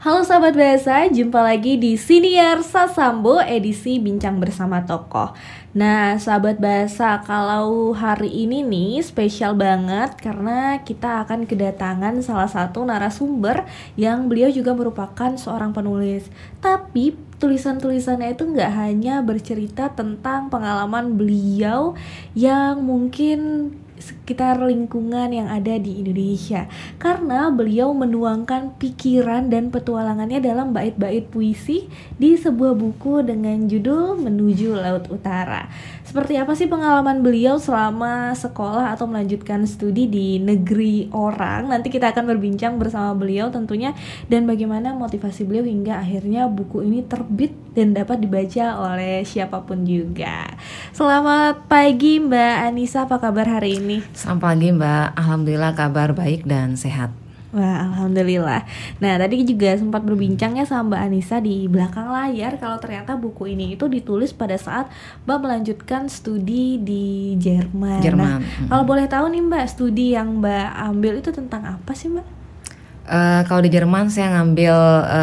Halo sahabat bahasa, jumpa lagi di Siniar Sasambo edisi Bincang Bersama Tokoh. Nah sahabat bahasa, kalau hari ini nih spesial banget karena kita akan kedatangan salah satu narasumber yang beliau juga merupakan seorang penulis. Tapi tulisan-tulisannya itu nggak hanya bercerita tentang pengalaman beliau yang mungkin sekitar lingkungan yang ada di Indonesia, karena beliau menuangkan pikiran dan petualangannya dalam bait-bait puisi di sebuah buku dengan judul Menuju Laut Utara. Seperti apa sih pengalaman beliau selama sekolah atau melanjutkan studi di negeri orang? Nanti kita akan berbincang bersama beliau tentunya, dan bagaimana motivasi beliau hingga akhirnya buku ini terbit dan dapat dibaca oleh siapapun juga. Selamat pagi Mbak Anissa, apa kabar hari ini? Selamat pagi Mbak, alhamdulillah kabar baik dan sehat. Wah, alhamdulillah. Nah, tadi juga sempat berbincangnya sama Mbak Anissa di belakang layar kalau ternyata buku ini itu ditulis pada saat Mbak melanjutkan studi di Jerman. Nah, kalau boleh tahu nih Mbak, studi yang Mbak ambil itu tentang apa sih Mbak? Kalau di Jerman saya ngambil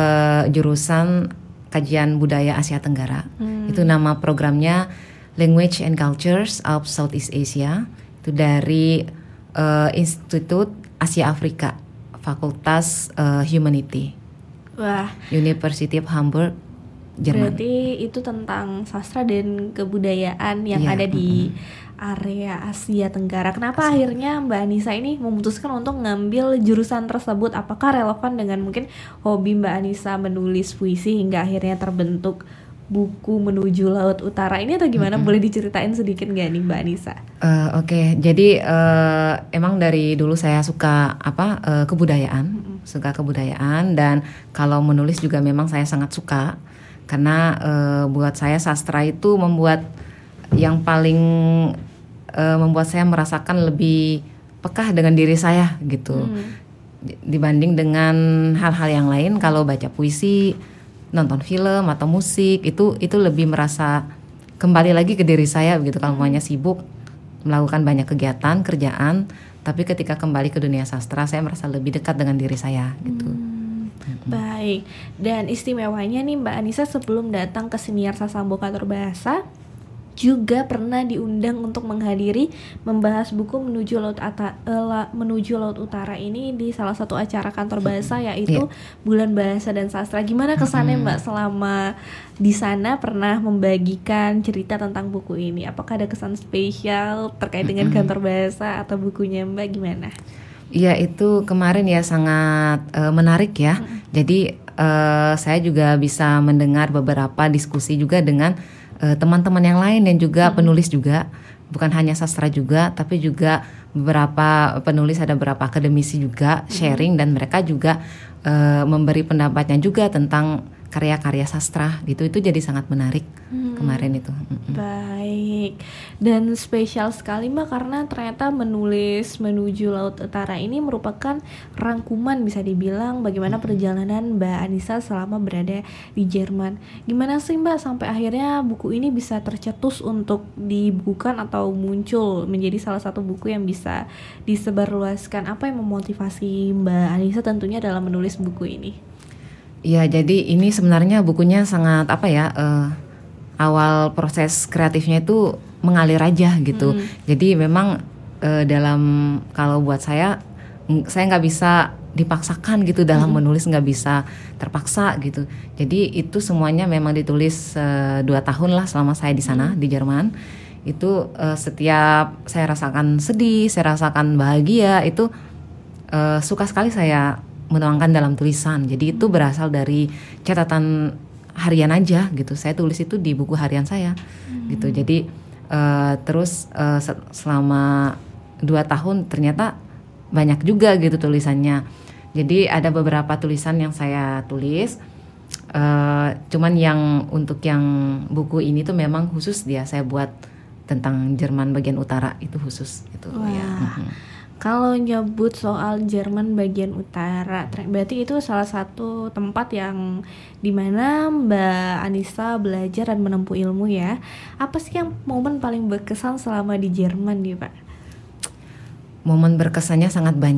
jurusan kajian budaya Asia Tenggara. Itu nama programnya Language and Cultures of Southeast Asia. Itu dari Institut Asia Afrika, Fakultas Humanity. Wah, University of Hamburg, Jerman. Berarti itu tentang sastra dan kebudayaan yang ada di area Asia Tenggara. Kenapa akhirnya Mbak Anissa ini memutuskan untuk ngambil jurusan tersebut? Apakah relevan dengan mungkin hobi Mbak Anissa menulis puisi hingga akhirnya terbentuk buku Menuju Laut Utara ini, atau gimana? Boleh diceritain sedikit gak nih Mbak Anissa? Oke. Jadi emang dari dulu saya suka kebudayaan, suka kebudayaan, dan kalau menulis juga memang saya sangat suka, karena buat saya sastra itu membuat yang paling membuat saya merasakan lebih peka dengan diri saya gitu, dibanding dengan hal-hal yang lain. Kalau baca puisi, nonton film atau musik itu lebih merasa kembali lagi ke diri saya begitu. Kalau semuanya sibuk melakukan banyak kegiatan kerjaan, tapi ketika kembali ke dunia sastra saya merasa lebih dekat dengan diri saya gitu. Baik, dan istimewanya nih Mbak Anissa sebelum datang ke Siniar Sasambo Kantor Bahasa juga pernah diundang untuk menghadiri membahas buku Menuju Laut Utara ini di salah satu acara kantor bahasa, yaitu Bulan Bahasa dan Sastra. Gimana kesannya Mbak selama di sana pernah membagikan cerita tentang buku ini? Apakah ada kesan spesial terkait dengan kantor bahasa atau bukunya Mbak, gimana? Iya, itu kemarin ya sangat menarik ya. Jadi saya juga bisa mendengar beberapa diskusi juga dengan teman-teman yang lain yang juga penulis juga, bukan hanya sastra juga, tapi juga beberapa penulis, ada beberapa akademisi juga sharing, dan mereka juga memberi pendapatnya juga tentang karya-karya sastra gitu. Itu jadi sangat menarik kemarin itu. Baik, dan spesial sekali Mbak karena ternyata menulis Menuju Laut Utara ini merupakan rangkuman, bisa dibilang, bagaimana perjalanan Mbak Anissa selama berada di Jerman. Gimana sih Mbak sampai akhirnya buku ini bisa tercetus untuk dibukukan atau muncul menjadi salah satu buku yang bisa disebarluaskan? Apa yang memotivasi Mbak Anissa tentunya dalam menulis buku ini? Ya, jadi ini sebenarnya bukunya sangat awal proses kreatifnya itu mengalir aja gitu. Jadi memang dalam, kalau buat saya nggak bisa dipaksakan gitu dalam menulis, nggak bisa terpaksa gitu. Jadi itu semuanya memang ditulis 2 tahun lah selama saya di sana di Jerman. Itu setiap saya rasakan sedih, saya rasakan bahagia, itu suka sekali saya menuangkan dalam tulisan. Jadi itu berasal dari catatan harian aja gitu. Saya tulis itu di buku harian saya gitu. Jadi terus selama 2 tahun ternyata banyak juga gitu tulisannya. Jadi ada beberapa tulisan yang saya tulis, cuman yang untuk yang buku ini tuh memang khusus dia saya buat tentang Jerman bagian utara, itu khusus gitu. Ya. Kalau nyebut soal Jerman bagian utara, berarti itu salah satu tempat yang dimana Mbak Anissa belajar dan menempuh ilmu ya. Apa sih yang momen paling berkesan selama di Jerman nih Pak? Momen berkesannya sangat banyak.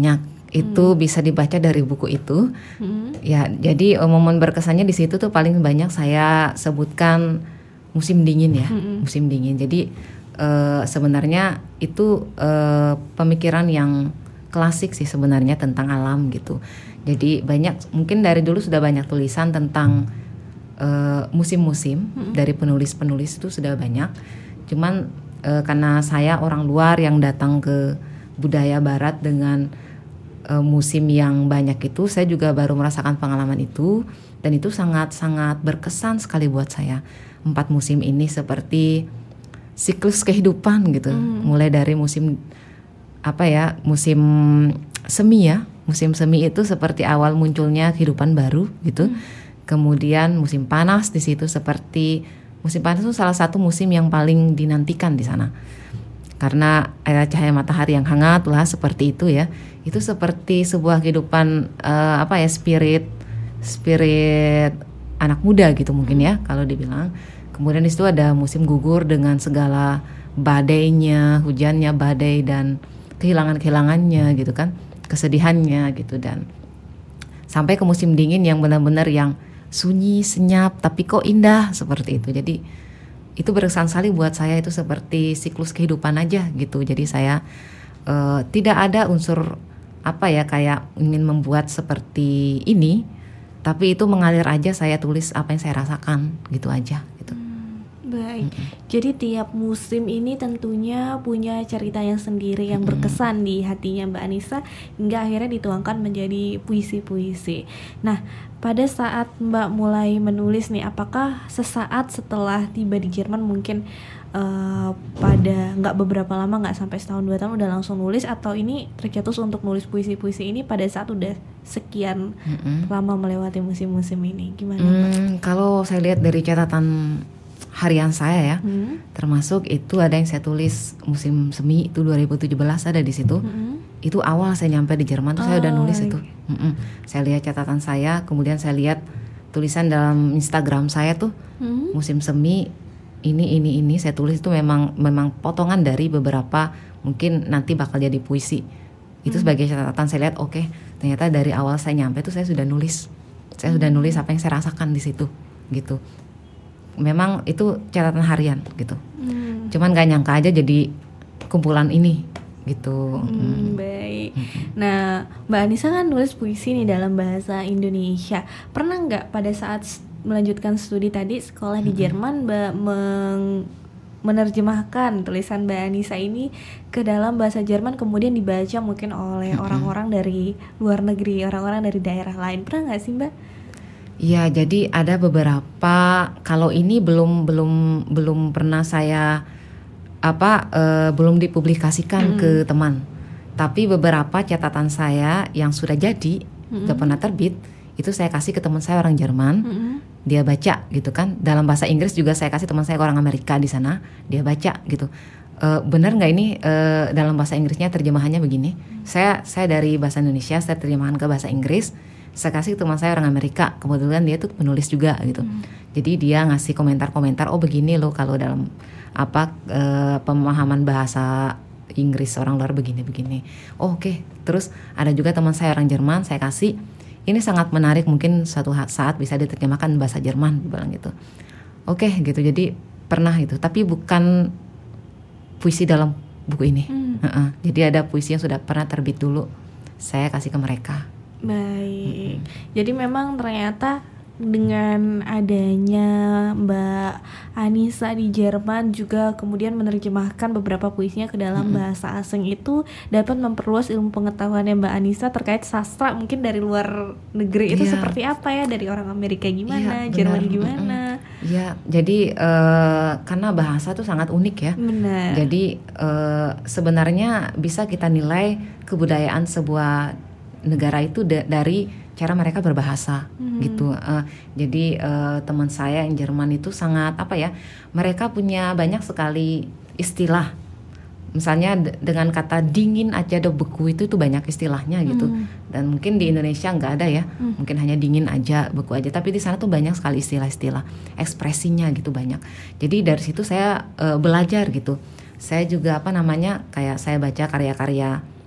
Itu bisa dibaca dari buku itu. Ya, jadi momen berkesannya di situ tuh paling banyak saya sebutkan musim dingin ya, musim dingin. Jadi sebenarnya itu pemikiran yang klasik sih sebenarnya tentang alam gitu. Jadi banyak, mungkin dari dulu sudah banyak tulisan tentang musim-musim dari penulis-penulis itu sudah banyak. Cuman karena saya orang luar yang datang ke budaya barat dengan musim yang banyak itu, saya juga baru merasakan pengalaman itu, dan itu sangat-sangat berkesan sekali buat saya. 4 musim ini seperti siklus kehidupan gitu. Mulai dari musim musim semi ya. Musim semi itu seperti awal munculnya kehidupan baru gitu. Kemudian musim panas di situ, seperti musim panas itu salah satu musim yang paling dinantikan di sana. Karena ada cahaya matahari yang hangat lah, seperti itu ya. Itu seperti sebuah kehidupan spirit anak muda gitu mungkin ya kalau dibilang. Kemudian di situ ada musim gugur dengan segala badainya, hujannya, badai dan kehilangannya gitu kan, kesedihannya gitu, dan sampai ke musim dingin yang benar-benar yang sunyi, senyap tapi kok indah seperti itu. Jadi itu berkesan sekali buat saya, itu seperti siklus kehidupan aja gitu. Jadi saya tidak ada unsur kayak ingin membuat seperti ini, tapi itu mengalir aja, saya tulis apa yang saya rasakan gitu aja gitu. Baik, jadi tiap musim ini tentunya punya cerita yang sendiri yang berkesan di hatinya Mbak Anissa hingga akhirnya dituangkan menjadi puisi-puisi. Nah, pada saat Mbak mulai menulis nih, apakah sesaat setelah tiba di Jerman mungkin pada nggak beberapa lama, nggak sampai setahun 2 tahun udah langsung nulis, atau ini tercetus untuk nulis puisi-puisi ini pada saat udah sekian lama melewati musim-musim ini? Gimana Mbak? Kalau saya lihat dari catatan harian saya ya, termasuk itu ada yang saya tulis musim semi itu 2017 ada di situ. Itu awal saya nyampe di Jerman tuh saya udah nulis itu. Saya lihat catatan saya, kemudian saya lihat tulisan dalam Instagram saya tuh musim semi ini saya tulis itu memang potongan dari beberapa mungkin nanti bakal jadi puisi. Itu sebagai catatan saya lihat, oke, ternyata dari awal saya nyampe tuh saya sudah nulis. Saya sudah nulis apa yang saya rasakan di situ gitu. Memang itu catatan harian gitu. Cuman gak nyangka aja jadi kumpulan ini gitu. Baik. Nah, Mbak Anissa kan nulis puisi nih dalam bahasa Indonesia. Pernah nggak pada saat melanjutkan studi tadi sekolah di Jerman Mbak menerjemahkan tulisan Mbak Anissa ini ke dalam bahasa Jerman, kemudian dibaca mungkin oleh orang-orang dari luar negeri, orang-orang dari daerah lain? Pernah nggak sih Mbak? Iya, jadi ada beberapa, kalau ini belum pernah saya belum dipublikasikan ke teman. Tapi beberapa catatan saya yang sudah jadi, udah pernah terbit, itu saya kasih ke teman saya orang Jerman. Dia baca gitu kan. Dalam bahasa Inggris juga saya kasih teman saya orang Amerika di sana, dia baca gitu. Benar nggak ini dalam bahasa Inggrisnya terjemahannya begini? Saya dari bahasa Indonesia saya terjemahkan ke bahasa Inggris. Saya kasih teman saya orang Amerika, kebetulan dia tuh penulis juga gitu. Jadi dia ngasih komentar-komentar, oh begini loh kalau dalam pemahaman bahasa Inggris orang luar begini. Oh, oke. Terus ada juga teman saya orang Jerman, saya kasih, ini sangat menarik, mungkin suatu saat bisa diterjemahkan bahasa Jerman, bilang gitu. Oke, gitu. Jadi pernah itu, tapi bukan puisi dalam buku ini. Jadi ada puisi yang sudah pernah terbit dulu, saya kasih ke mereka. Baik, jadi memang ternyata dengan adanya Mbak Anissa di Jerman juga kemudian menerjemahkan beberapa puisinya ke dalam bahasa asing, itu dapat memperluas ilmu pengetahuannya Mbak Anissa terkait sastra mungkin dari luar negeri itu seperti apa ya, dari orang Amerika gimana, Jerman gimana. Iya, jadi karena bahasa tuh sangat unik ya. Benar. Jadi sebenarnya bisa kita nilai kebudayaan sebuah negara itu dari cara mereka berbahasa gitu. Jadi teman saya yang Jerman itu sangat mereka punya banyak sekali istilah. Misalnya dengan kata dingin aja ada beku itu banyak istilahnya gitu. Dan mungkin di Indonesia nggak ada ya. Mungkin hanya dingin aja, beku aja. Tapi di sana tuh banyak sekali istilah-istilah, ekspresinya gitu banyak. Jadi dari situ saya belajar gitu. Saya juga kayak saya baca karya-karya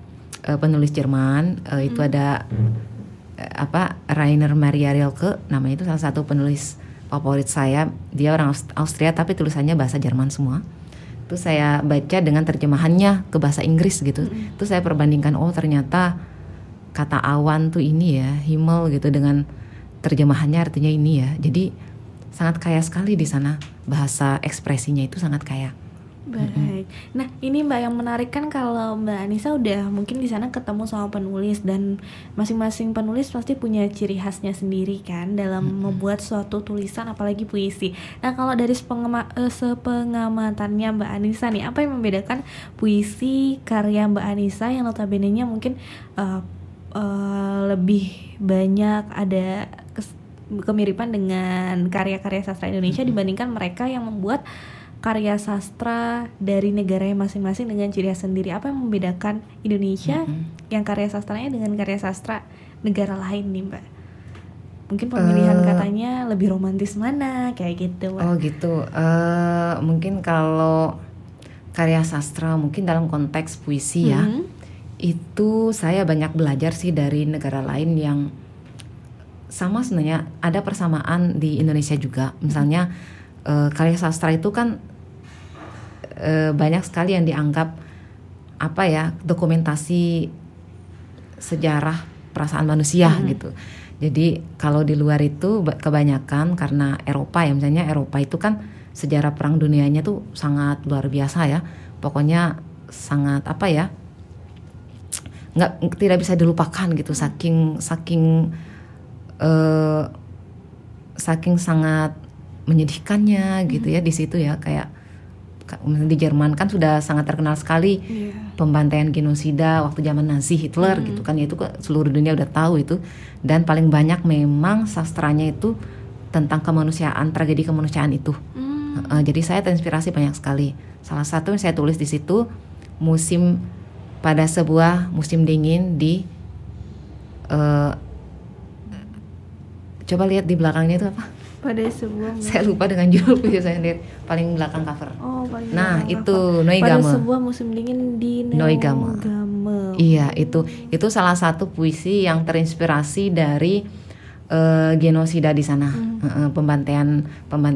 penulis Jerman, itu ada Rainer Maria Rilke, namanya itu salah satu penulis favorit saya. Dia orang Austria tapi tulisannya bahasa Jerman semua. Itu saya baca dengan terjemahannya ke bahasa Inggris gitu. Itu saya perbandingkan, oh ternyata kata awan tuh ini ya, himmel gitu, dengan terjemahannya artinya ini ya. Jadi sangat kaya sekali di sana, bahasa ekspresinya itu sangat kaya. Baik. Nah, ini Mbak yang menarik kan kalau Mbak Anissa udah mungkin di sana ketemu sama penulis, dan masing-masing penulis pasti punya ciri khasnya sendiri kan dalam membuat suatu tulisan, apalagi puisi. Nah, kalau dari sepengamatannya Mbak Anissa nih, apa yang membedakan puisi karya Mbak Anissa yang notabene-nya mungkin lebih banyak ada kemiripan dengan karya-karya sastra Indonesia dibandingkan mereka yang membuat karya sastra dari negara masing-masing dengan ciri khas sendiri? Apa yang membedakan Indonesia yang karya sastranya dengan karya sastra negara lain nih Mbak? Mungkin pemilihan katanya lebih romantis mana, kayak gitu Mbak. Oh gitu, mungkin kalau karya sastra mungkin dalam konteks puisi ya, itu saya banyak belajar sih dari negara lain yang sama. Sebenarnya ada persamaan di Indonesia juga. Misalnya karya sastra itu kan banyak sekali yang dianggap dokumentasi sejarah perasaan manusia gitu. Jadi kalau di luar itu kebanyakan karena Eropa ya, misalnya Eropa itu kan sejarah perang dunianya tuh sangat luar biasa ya. Pokoknya sangat tidak bisa dilupakan gitu, saking sangat menyedihkannya gitu ya di situ ya. Kayak di Jerman kan sudah sangat terkenal sekali pembantaian genosida waktu zaman Nazi Hitler gitu kan, itu seluruh dunia udah tahu itu. Dan paling banyak memang sastranya itu tentang kemanusiaan, tragedi kemanusiaan itu. Jadi saya terinspirasi banyak sekali. Salah satu yang saya tulis di situ, pada sebuah musim dingin di coba lihat di belakangnya itu apa? Pada sebuah saya lupa dengan judul puisi saya sendiri, paling belakang cover. Nah itu Neuigame. Pada sebuah musim dingin di Neuigame. Iya, itu salah satu puisi yang terinspirasi dari genosida di sana. Pembantaian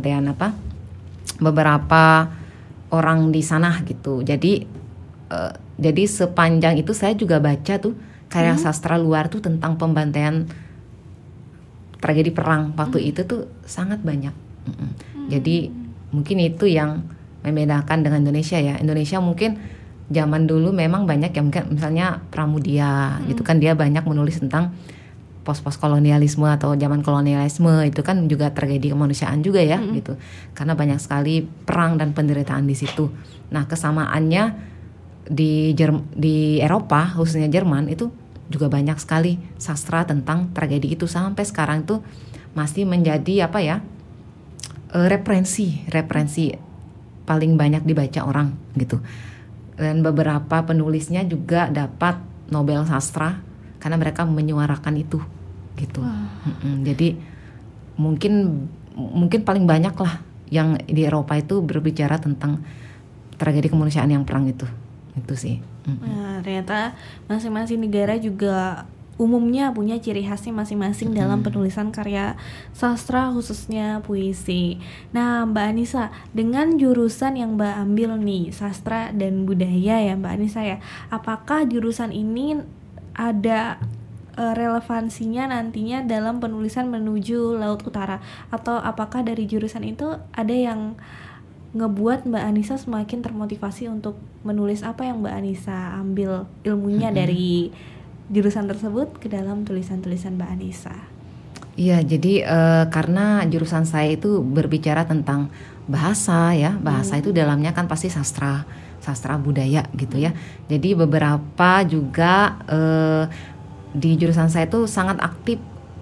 beberapa orang di sana gitu. Jadi sepanjang itu saya juga baca tuh karya sastra luar tuh tentang pembantaian tragedi perang waktu itu tuh sangat banyak. Jadi mungkin itu yang membedakan dengan Indonesia ya. Indonesia mungkin zaman dulu memang banyak ya, mungkin misalnya Pramudia gitu kan, dia banyak menulis tentang pos-pos kolonialisme atau zaman kolonialisme, itu kan juga tragedi kemanusiaan juga ya gitu. Karena banyak sekali perang dan penderitaan di situ. Nah, kesamaannya di Eropa khususnya Jerman itu juga banyak sekali sastra tentang tragedi itu. Sampai sekarang itu masih menjadi referensi paling banyak dibaca orang gitu. Dan beberapa penulisnya juga dapat Nobel sastra karena mereka menyuarakan itu gitu. Jadi mungkin paling banyak lah yang di Eropa itu berbicara tentang tragedi kemanusiaan yang perang itu sih. Nah, ternyata masing-masing negara juga umumnya punya ciri khasnya masing-masing dalam penulisan karya sastra, khususnya puisi. Nah, Mbak Anissa, dengan jurusan yang Mbak ambil nih, sastra dan budaya ya Mbak Anissa ya, apakah jurusan ini ada relevansinya nantinya dalam penulisan menuju Laut Utara, atau apakah dari jurusan itu ada yang ngebuat Mbak Anissa semakin termotivasi untuk menulis apa yang Mbak Anissa ambil ilmunya dari jurusan tersebut ke dalam tulisan-tulisan Mbak Anissa? Iya, jadi karena jurusan saya itu berbicara tentang bahasa ya, bahasa itu dalamnya kan pasti sastra budaya gitu ya. Jadi beberapa juga di jurusan saya itu sangat aktif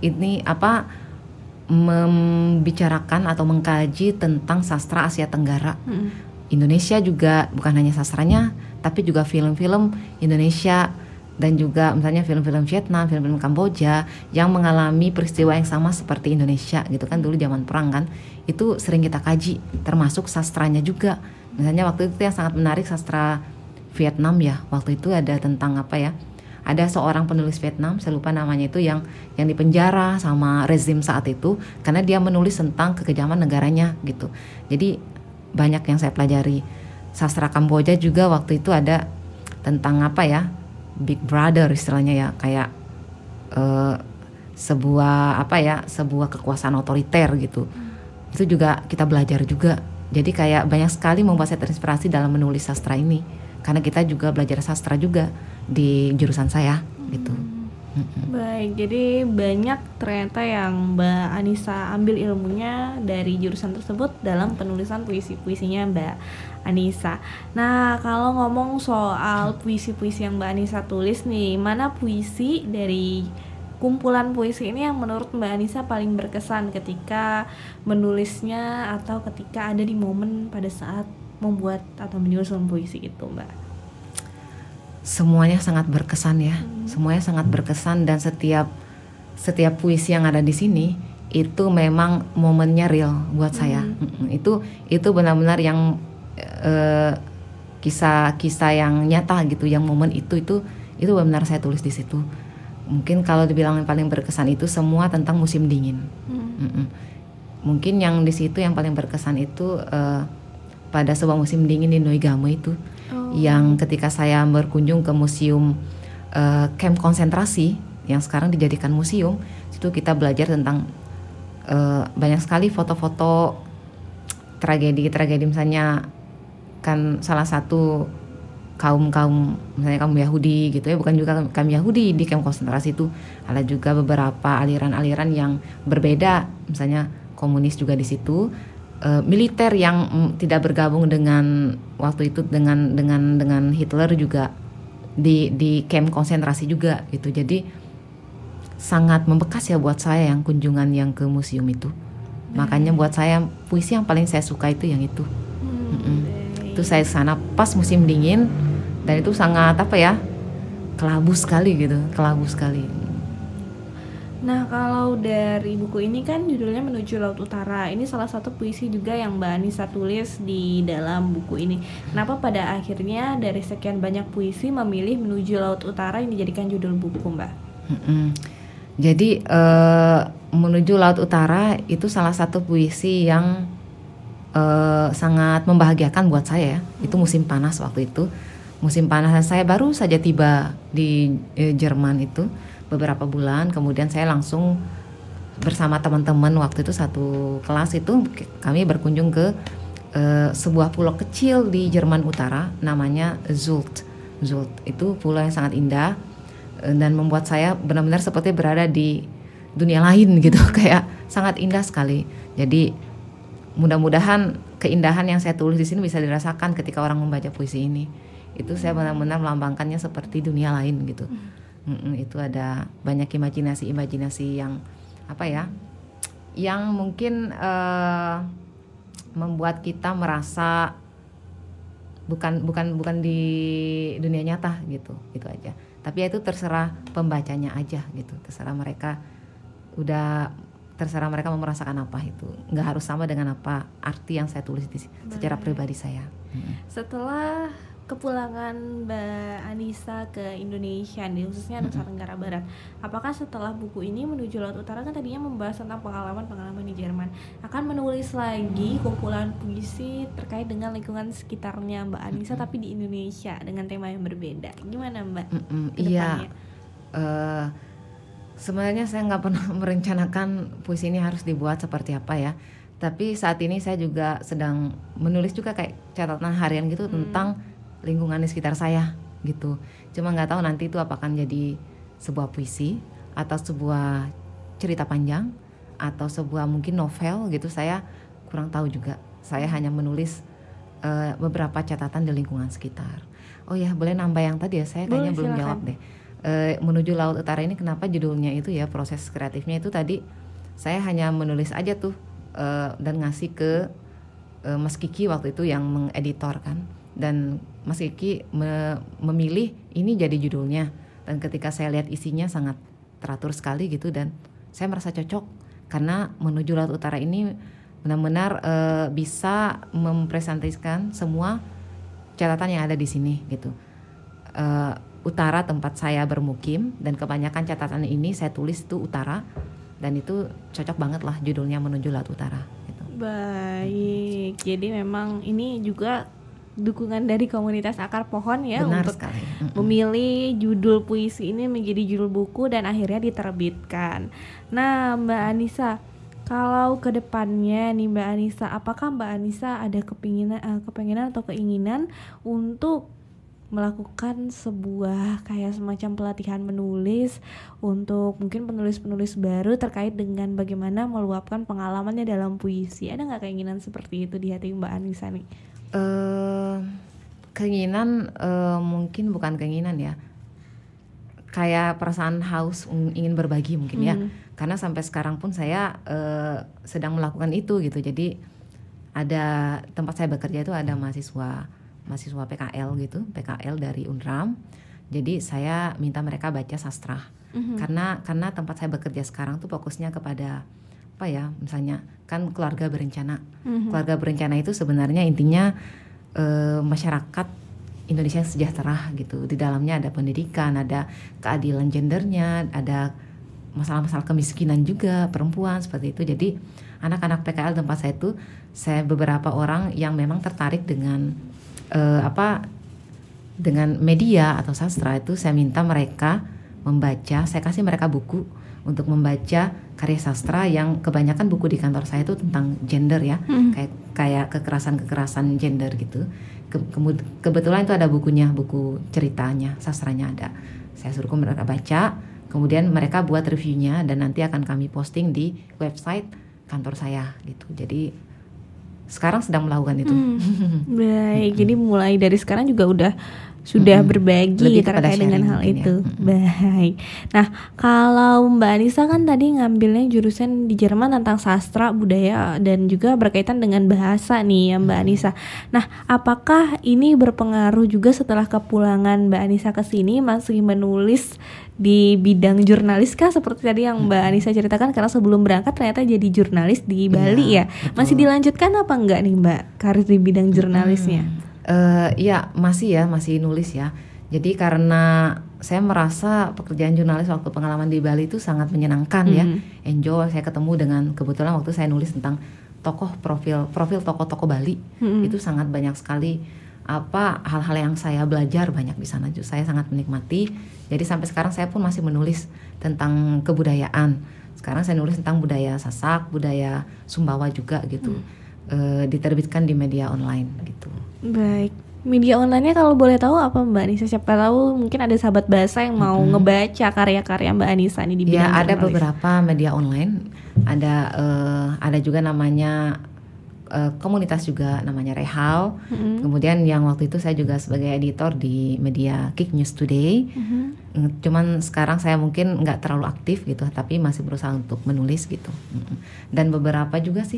membicarakan atau mengkaji tentang sastra Asia Tenggara. Indonesia juga bukan hanya sastranya, tapi juga film-film Indonesia dan juga misalnya film-film Vietnam, film-film Kamboja yang mengalami peristiwa yang sama seperti Indonesia gitu kan, dulu zaman perang kan. Itu sering kita kaji, termasuk sastranya juga. Misalnya waktu itu yang sangat menarik sastra Vietnam ya. Waktu itu ada tentang ada seorang penulis Vietnam, saya lupa namanya itu, yang dipenjara sama rezim saat itu karena dia menulis tentang kekejaman negaranya gitu. Jadi banyak yang saya pelajari. Sastra Kamboja juga waktu itu ada tentang apa ya, Big Brother istilahnya ya, kayak sebuah kekuasaan otoriter gitu. Itu juga kita belajar juga. Jadi kayak banyak sekali membuat saya terinspirasi dalam menulis sastra ini, karena kita juga belajar sastra juga di jurusan saya gitu. Baik, jadi banyak ternyata yang Mbak Anissa ambil ilmunya dari jurusan tersebut dalam penulisan puisi-puisinya Mbak Anissa. Nah, kalau ngomong soal puisi-puisi yang Mbak Anissa tulis nih, mana puisi dari kumpulan puisi ini yang menurut Mbak Anissa paling berkesan ketika menulisnya atau ketika ada di momen pada saat membuat atau menyusun puisi itu, Mbak? Semuanya sangat berkesan ya, semuanya sangat berkesan, dan setiap puisi yang ada di sini itu memang momennya real buat saya. Itu benar-benar yang kisah-kisah yang nyata gitu, yang momen itu benar-benar saya tulis di situ. Mungkin kalau dibilang yang paling berkesan itu semua tentang musim dingin. Mungkin yang di situ yang paling berkesan itu pada sebuah musim dingin di Noigame itu. Yang ketika saya berkunjung ke museum camp konsentrasi yang sekarang dijadikan museum, situ kita belajar tentang banyak sekali foto-foto tragedi misalnya, kan salah satu kaum misalnya kaum Yahudi gitu ya, bukan juga kaum Yahudi di camp konsentrasi itu ada juga beberapa aliran-aliran yang berbeda, misalnya komunis juga di situ. Militer yang tidak bergabung dengan waktu itu dengan Hitler juga di camp konsentrasi juga gitu. Jadi sangat membekas ya buat saya yang kunjungan yang ke museum itu. Makanya buat saya puisi yang paling saya suka itu yang itu. Itu saya sana pas musim dingin dan itu sangat kelabu sekali gitu, kelabu sekali. Nah, kalau dari buku ini kan judulnya Menuju Laut Utara. Ini salah satu puisi juga yang Mbak Anissa tulis di dalam buku ini. Kenapa pada akhirnya dari sekian banyak puisi memilih Menuju Laut Utara yang dijadikan judul buku, Mbak? Jadi Menuju Laut Utara itu salah satu puisi yang sangat membahagiakan buat saya ya. Itu musim panas waktu itu. Musim panas, saya baru saja tiba di Jerman itu beberapa bulan, kemudian saya langsung bersama teman-teman waktu itu satu kelas itu kami berkunjung ke sebuah pulau kecil di Jerman Utara namanya Zult. Itu pulau yang sangat indah dan membuat saya benar-benar seperti berada di dunia lain gitu, kayak sangat indah sekali. Jadi mudah-mudahan keindahan yang saya tulis di sini bisa dirasakan ketika orang membaca puisi ini. Itu saya benar-benar melambangkannya seperti dunia lain gitu. Itu ada banyak imajinasi yang yang mungkin membuat kita merasa bukan di dunia nyata gitu, itu aja. Tapi itu terserah pembacanya aja gitu, terserah mereka mau merasakan apa, itu nggak harus sama dengan apa arti yang saya tulis secara pribadi saya. Setelah kepulangan Mbak Anissa ke Indonesia, khususnya Nusa Tenggara Barat, apakah setelah buku ini Menuju Laut Utara kan tadinya membahas tentang pengalaman di Jerman, akan menulis lagi kumpulan puisi terkait dengan lingkungan sekitarnya Mbak Anissa tapi di Indonesia dengan tema yang berbeda, gimana Mbak? Iya, sebenarnya saya nggak pernah merencanakan puisi ini harus dibuat seperti apa ya, tapi saat ini saya juga sedang menulis juga kayak catatan harian gitu tentang lingkungan di sekitar saya gitu. Cuma nggak tahu nanti itu apakah jadi sebuah puisi atau sebuah cerita panjang atau sebuah mungkin novel gitu, saya kurang tahu juga. Saya hanya menulis beberapa catatan di lingkungan sekitar. Oh ya, boleh nambah yang tadi ya, saya kayaknya belum jawab deh. Menuju Laut Utara ini kenapa judulnya itu ya, proses kreatifnya itu tadi saya hanya menulis aja tuh dan ngasih ke Mas Kiki waktu itu yang mengeditor kan. Dan Mas Kiki memilih ini jadi judulnya, dan ketika saya lihat isinya sangat teratur sekali gitu, dan saya merasa cocok karena Menuju Laut Utara ini benar-benar bisa mempresentasikan semua catatan yang ada di sini gitu. utara tempat saya bermukim, dan kebanyakan catatan ini saya tulis itu utara, dan itu cocok banget lah judulnya Menuju Laut Utara gitu. Baik, jadi memang ini juga dukungan dari komunitas Akar Pohon ya. Benar untuk sekali. memilih judul puisi ini menjadi judul buku dan akhirnya diterbitkan. Nah, Mbak Anissa, kalau ke depannya nih Mbak Anissa, apakah Mbak Anissa ada kepenginan atau keinginan untuk melakukan sebuah kayak semacam pelatihan menulis untuk mungkin penulis-penulis baru terkait dengan bagaimana meluapkan pengalamannya dalam puisi? Ada nggak keinginan seperti itu di hati Mbak Anissa nih? Keinginan mungkin bukan keinginan ya, kayak perasaan haus ingin berbagi mungkin ya, karena sampai sekarang pun saya sedang melakukan itu gitu. Jadi ada tempat saya bekerja itu ada mahasiswa PKL gitu, PKL dari Unram. Jadi saya minta mereka baca sastra, karena tempat saya bekerja sekarang tuh fokusnya kepada apa ya, misalnya kan keluarga berencana. Keluarga berencana itu sebenarnya intinya masyarakat Indonesia yang sejahtera gitu. Di dalamnya ada pendidikan, ada keadilan gendernya, ada masalah-masalah kemiskinan juga perempuan seperti itu. Jadi anak-anak PKL tempat saya itu, saya beberapa orang yang memang tertarik dengan dengan media atau sastra itu, saya minta mereka membaca, saya kasih mereka buku untuk membaca karya sastra yang kebanyakan buku di kantor saya itu tentang gender ya, kayak kekerasan gender gitu. Kebetulan itu ada bukunya, buku ceritanya, sastranya ada. Saya suruh mereka baca, kemudian mereka buat reviewnya dan nanti akan kami posting di website kantor saya gitu. Jadi sekarang sedang melakukan itu. Baik, jadi mulai dari sekarang juga sudah berbagi terkait dengan hal itu. Baik. Nah, kalau Mbak Anissa kan tadi ngambilnya jurusan di Jerman tentang sastra, budaya dan juga berkaitan dengan bahasa nih ya Mbak Anissa. Nah, apakah ini berpengaruh juga setelah kepulangan Mbak Anissa ke sini masih menulis di bidang jurnalis kah, seperti tadi yang Mbak Anissa ceritakan, karena sebelum berangkat ternyata jadi jurnalis di Bali ya. Masih dilanjutkan apa enggak nih Mbak karir di bidang jurnalisnya? Ya masih nulis ya. Jadi karena saya merasa pekerjaan jurnalis waktu pengalaman di Bali itu sangat menyenangkan ya. Enjoy, saya ketemu dengan, kebetulan waktu saya nulis tentang profil tokoh-tokoh Bali, itu sangat banyak sekali hal-hal yang saya belajar banyak di sana. Saya sangat menikmati. Jadi sampai sekarang saya pun masih menulis tentang kebudayaan. Sekarang saya nulis tentang budaya Sasak, budaya Sumbawa juga gitu. Diterbitkan di media online gitu. Baik. Media online-nya kalau boleh tahu apa Mbak Anissa? Siapa tahu mungkin ada sahabat bahasa yang mau ngebaca karya-karya Mbak Anissa nih di bidang jurnalis. Ya, ada beberapa media online. Ada juga namanya komunitas juga namanya Rehal. Kemudian yang waktu itu saya juga sebagai editor di media Kick News Today. Cuman sekarang saya mungkin nggak terlalu aktif gitu, tapi masih berusaha untuk menulis gitu. Dan beberapa juga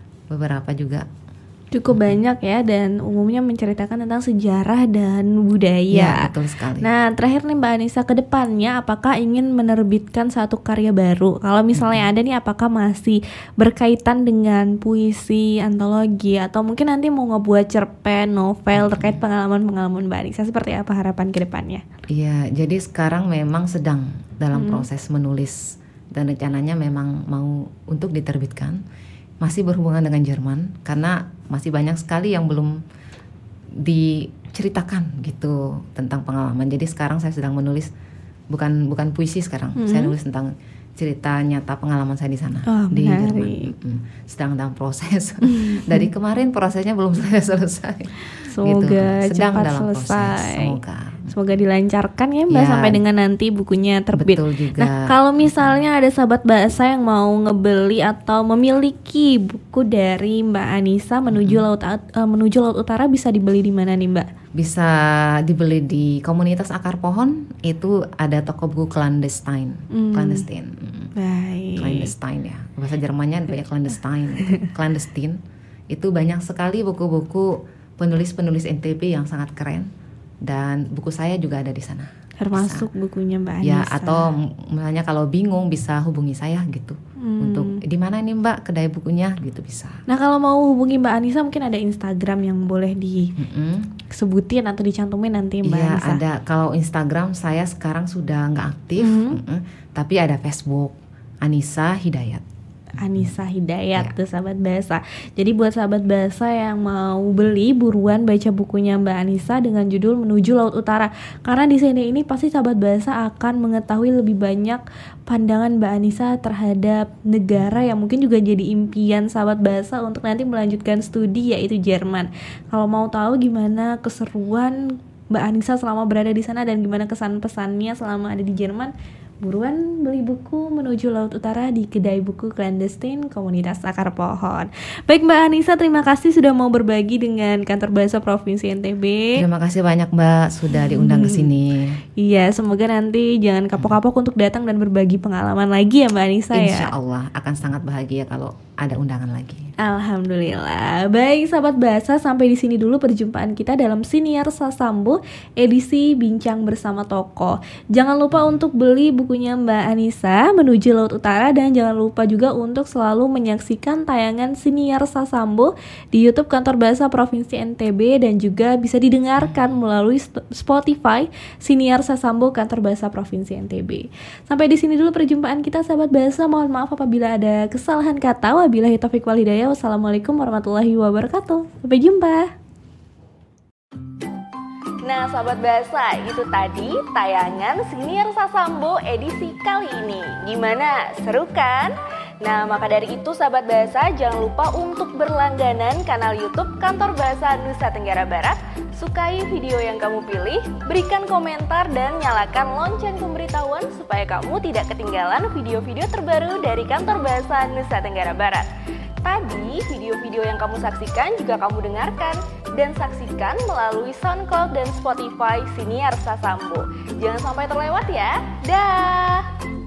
cukup banyak ya, dan umumnya menceritakan tentang sejarah dan budaya. Ya, betul sekali. Nah, terakhir nih Mbak Anissa, ke depannya apakah ingin menerbitkan satu karya baru? Kalau misalnya ada nih, apakah masih berkaitan dengan puisi, antologi, atau mungkin nanti mau ngebuat cerpen, novel terkait pengalaman-pengalaman Mbak Anissa? Seperti apa harapan ke depannya? Iya, jadi sekarang memang sedang dalam proses menulis dan rencananya memang mau untuk diterbitkan. Masih berhubungan dengan Jerman karena masih banyak sekali yang belum diceritakan gitu tentang pengalaman. Jadi sekarang saya sedang menulis bukan puisi sekarang. Saya nulis tentang cerita nyata pengalaman saya di sana di Jerman. Sedang dalam proses. Dari kemarin prosesnya belum selesai. Semoga gitu. Sedang cepat dalam selesai. Proses. Semoga dilancarkan ya Mbak sampai dengan nanti bukunya terbit. Betul juga. Nah, kalau misalnya ada sahabat bahasa yang mau ngebeli atau memiliki buku dari Mbak Anissa Menuju Laut Utara, bisa dibeli di mana nih Mbak? Bisa dibeli di komunitas Akar Pohon. Itu ada toko buku clandestine. Baik. Clandestine ya. Bahasa Jermannya banyak clandestine. Itu banyak sekali buku-buku penulis-penulis NTB yang sangat keren. Dan buku saya juga ada di sana. Termasuk bukunya Mbak Anissa. Ya, atau misalnya kalau bingung bisa hubungi saya gitu untuk di mana nih Mbak kedai bukunya gitu bisa. Nah kalau mau hubungi Mbak Anissa mungkin ada Instagram yang boleh disebutin atau dicantumin nanti Mbak Anissa. Iya ada, kalau Instagram saya sekarang sudah nggak aktif, tapi ada Facebook Anissa Hidayat. Anissa Hidayat tuh sahabat bahasa. Jadi buat sahabat bahasa yang mau beli buruan baca bukunya Mbak Anissa dengan judul Menuju Laut Utara. Karena di sini ini pasti sahabat bahasa akan mengetahui lebih banyak pandangan Mbak Anissa terhadap negara yang mungkin juga jadi impian sahabat bahasa untuk nanti melanjutkan studi yaitu Jerman. Kalau mau tahu gimana keseruan Mbak Anissa selama berada di sana dan gimana kesan pesannya selama ada di Jerman, buruan beli buku Menuju Laut Utara di kedai buku clandestine komunitas Akar Pohon. Baik Mbak Anissa, terima kasih sudah mau berbagi dengan Kantor Bahasa Provinsi NTB. Terima kasih banyak Mbak sudah diundang ke sini. Iya, semoga nanti jangan kapok-kapok untuk datang dan berbagi pengalaman lagi ya Mbak Anissa ya. Insya Allah akan sangat bahagia kalau ada undangan lagi. Alhamdulillah. Baik sahabat bahasa, sampai di sini dulu perjumpaan kita dalam Siniar Sasambo edisi Bincang Bersama Tokoh. Jangan lupa untuk beli bukunya Mbak Anissa Menuju Laut Utara, dan jangan lupa juga untuk selalu menyaksikan tayangan Siniar Sasambo di YouTube Kantor Bahasa Provinsi NTB, dan juga bisa didengarkan melalui Spotify Siniar Sasambo Kantor Bahasa Provinsi NTB. Sampai di sini dulu perjumpaan kita sahabat bahasa. Mohon maaf apabila ada kesalahan kata. Wabillahi taufiq wal hidayah. Wassalamualaikum warahmatullahi wabarakatuh. Sampai jumpa. Nah sahabat bahasa, itu tadi tayangan Siniar Sasambo edisi kali ini. Gimana? Seru kan? Nah maka dari itu sahabat bahasa, jangan lupa untuk berlangganan kanal YouTube Kantor Bahasa Nusa Tenggara Barat. Sukai video yang kamu pilih, berikan komentar dan nyalakan lonceng pemberitahuan supaya kamu tidak ketinggalan video-video terbaru dari Kantor Bahasa Nusa Tenggara Barat. Tadi video-video yang kamu saksikan juga kamu dengarkan dan saksikan melalui SoundCloud dan Spotify Siniar Sasambo. Jangan sampai terlewat ya. Dah.